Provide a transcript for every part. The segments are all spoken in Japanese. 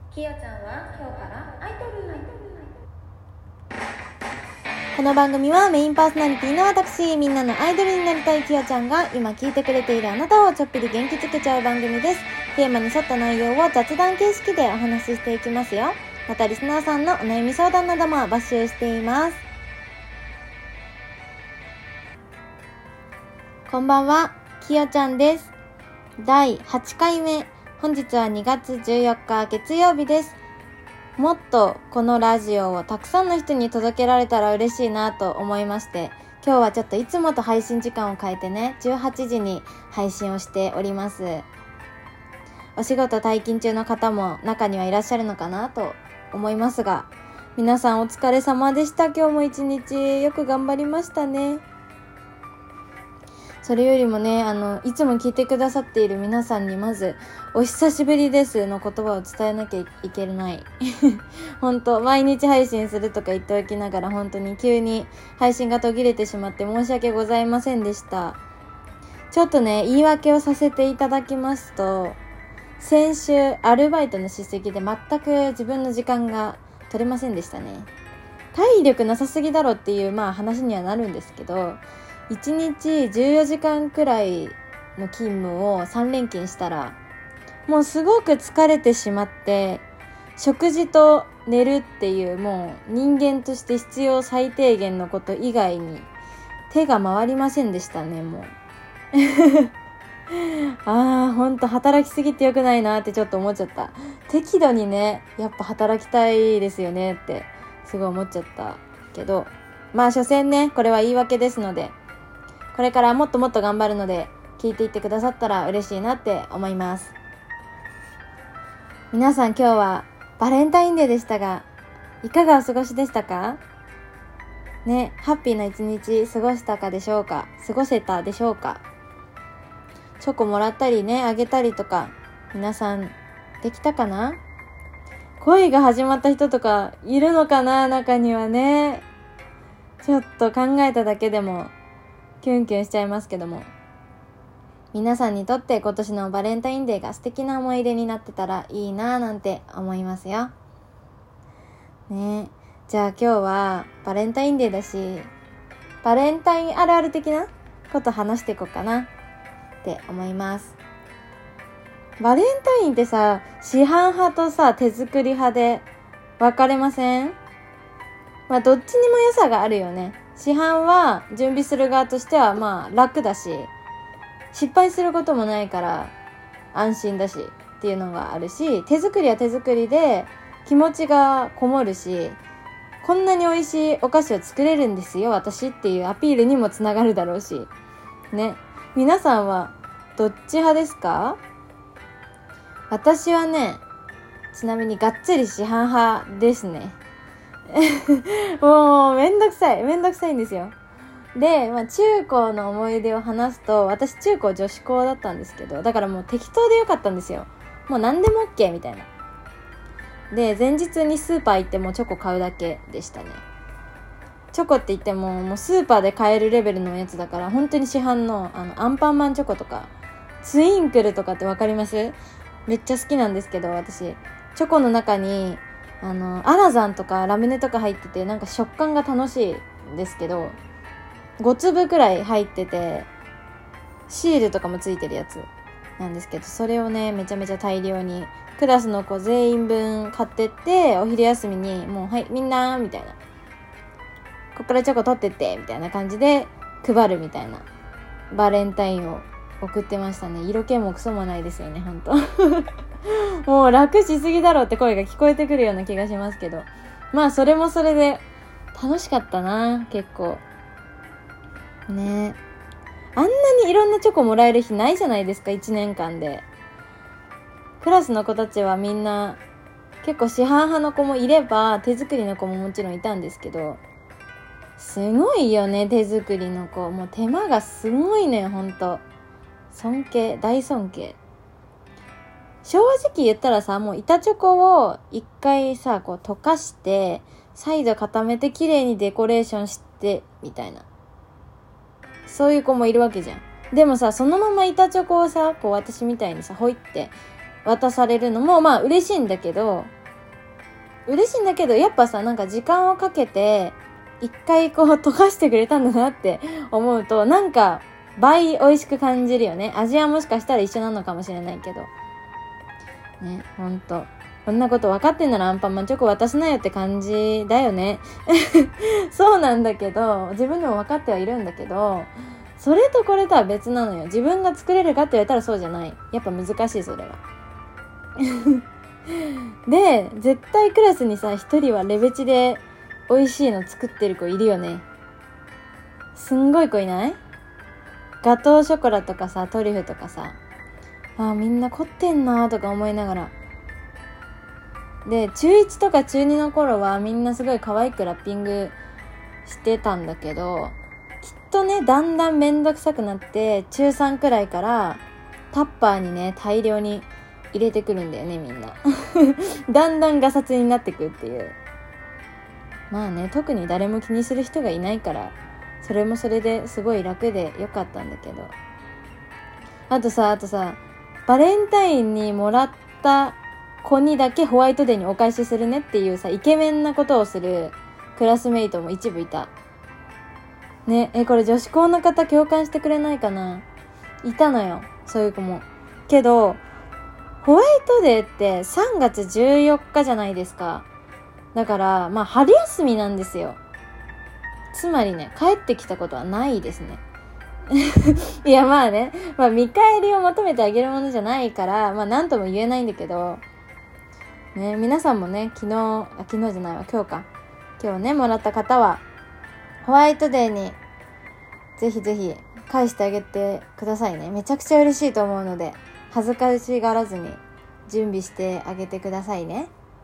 きよちゃんは今日からアイドル。 この番組はメインパーソナリティの私、みんなのアイドルになりたいきよちゃんが今聞いてくれているあなたをちょっぴり元気づけちゃう番組です。テーマに沿った内容を雑談形式でお話ししていきますよ。またリスナーさんのお悩み相談なども募集しています。こんばんは、きよちゃんです。第8回目、本日は2月14日月曜日です。もっとこのラジオをたくさんの人に届けられたら嬉しいなと思いまして、今日はちょっといつもと配信時間を変えてね、18時に配信をしております。お仕事退勤中の方も中にはいらっしゃるのかなと思いますが、皆さんお疲れ様でした。今日も一日よく頑張りましたね。それよりもね、いつも聞いてくださっている皆さんにまずお久しぶりですの言葉を伝えなきゃいけない本当毎日配信するとか言っておきながら、本当に急に配信が途切れてしまって申し訳ございませんでした。ちょっとね、言い訳をさせていただきますと、先週アルバイトの叱責で全く自分の時間が取れませんでしたね。体力なさすぎだろっていう話にはなるんですけど、1日14時間くらいの勤務を3連勤したら、もうすごく疲れてしまって、食事と寝るっていうもう人間として必要最低限のこと以外に手が回りませんでしたね、もう。ほんと働きすぎてよくないなってちょっと思っちゃった。適度にね、やっぱ働きたいですよねってすごい思っちゃったけど、所詮ね、これは言い訳ですので、これからもっともっと頑張るので、聞いていってくださったら嬉しいなって思います。皆さん今日はバレンタインデーでしたが、いかがお過ごしでしたかね、ハッピーな一日過ごせたでしょうか。チョコもらったりね、あげたりとか、皆さんできたかな？恋が始まった人とかいるのかな、中にはね。ちょっと考えただけでもキュンキュンしちゃいますけども、皆さんにとって今年のバレンタインデーが素敵な思い出になってたらいいなぁなんて思いますよね。じゃあ今日はバレンタインデーだし、バレンタインあるある的なこと話していこうかなって思います。バレンタインってさ、市販派とさ、手作り派で分かれません？どっちにも良さがあるよね。市販は準備する側としては楽だし、失敗することもないから安心だしっていうのがあるし、手作りは手作りで気持ちがこもるし、こんなに美味しいお菓子を作れるんですよ私っていうアピールにもつながるだろうしね。皆さんはどっち派ですか？私はね、ちなみにがっつり市販派ですね。もうめんどくさいんですよ。で、中高の思い出を話すと、私中高女子校だったんですけど、だからもう適当でよかったんですよ。もう何でも OK みたいな。で、前日にスーパー行ってもチョコ買うだけでしたね。チョコって言ってももうスーパーで買えるレベルのやつだから、本当に市販のアンパンマンチョコとかツインクルとかってわかります？めっちゃ好きなんですけど、私チョコの中にアラザンとかラムネとか入ってて、なんか食感が楽しいんですけど、5粒くらい入っててシールとかもついてるやつなんですけど、それをね、めちゃめちゃ大量にクラスの子全員分買ってって、お昼休みにもうはいみんなみたいな、こっからチョコ取ってってみたいな感じで配るみたいなバレンタインを送ってましたね。色気もクソもないですよね、ほんともう楽しすぎだろうって声が聞こえてくるような気がしますけど、それもそれで楽しかったな、結構ね。あんなにいろんなチョコもらえる日ないじゃないですか、1年間で。クラスの子たちはみんな結構市販派の子もいれば、手作りの子ももちろんいたんですけど、すごいよね、手作りの子。もう手間がすごいのよ、ほんと。尊敬、大尊敬。正直言ったらさ、もう板チョコを一回さ、こう溶かして再度固めて綺麗にデコレーションしてみたいな、そういう子もいるわけじゃん。でもさ、そのまま板チョコをさ、こう私みたいにさ、ほいって渡されるのも嬉しいんだけど、 嬉しいんだけど、やっぱさ、なんか時間をかけて一回こう溶かしてくれたんだなって思うと、なんか倍美味しく感じるよね。味はもしかしたら一緒なのかもしれないけどね。ほんとこんなこと分かってんならアンパンマンチョコ渡すなよって感じだよねそうなんだけど、自分でも分かってはいるんだけど、それとこれとは別なのよ。自分が作れるかって言われたらそうじゃない。やっぱ難しい、それはで、絶対クラスにさ、一人はレベチで美味しいの作ってる子いるよね。すんごい子いない？ガトーショコラとかさ、トリュフとかさ、みんな凝ってんなとか思いながら。で、中1とか中2の頃はみんなすごい可愛くラッピングしてたんだけど、きっとね、だんだんめんどくさくなって中3くらいからタッパーにね、大量に入れてくるんだよね、みんなだんだんガサツになってくっていう。まあね、特に誰も気にする人がいないから、それもそれですごい楽でよかったんだけど、あとさバレンタインにもらった子にだけホワイトデーにお返しするねっていうさ、イケメンなことをするクラスメイトも一部いたね。これ女子校の方共感してくれないかな。いたのよ、そういう子も。けどホワイトデーって3月14日じゃないですか。だからまあ春休みなんですよ。つまりね、帰ってきたことはないですねいやまあね、見返りを求めてあげるものじゃないから、何とも言えないんだけどね。皆さんもね、昨日じゃないわ、今日ねもらった方はホワイトデーにぜひぜひ返してあげてくださいね。めちゃくちゃ嬉しいと思うので、恥ずかしがらずに準備してあげてくださいね。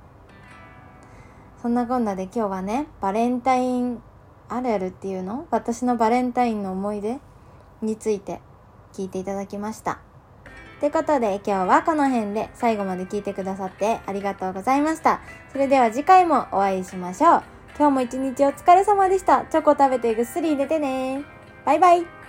そんなこんなで今日はね、バレンタインあるあるっていうの、私のバレンタインの思い出について聞いていただきました。ということで今日はこの辺で、最後まで聞いてくださってありがとうございました。それでは次回もお会いしましょう。今日も一日お疲れ様でした。チョコ食べてぐっすり寝てね。バイバイ。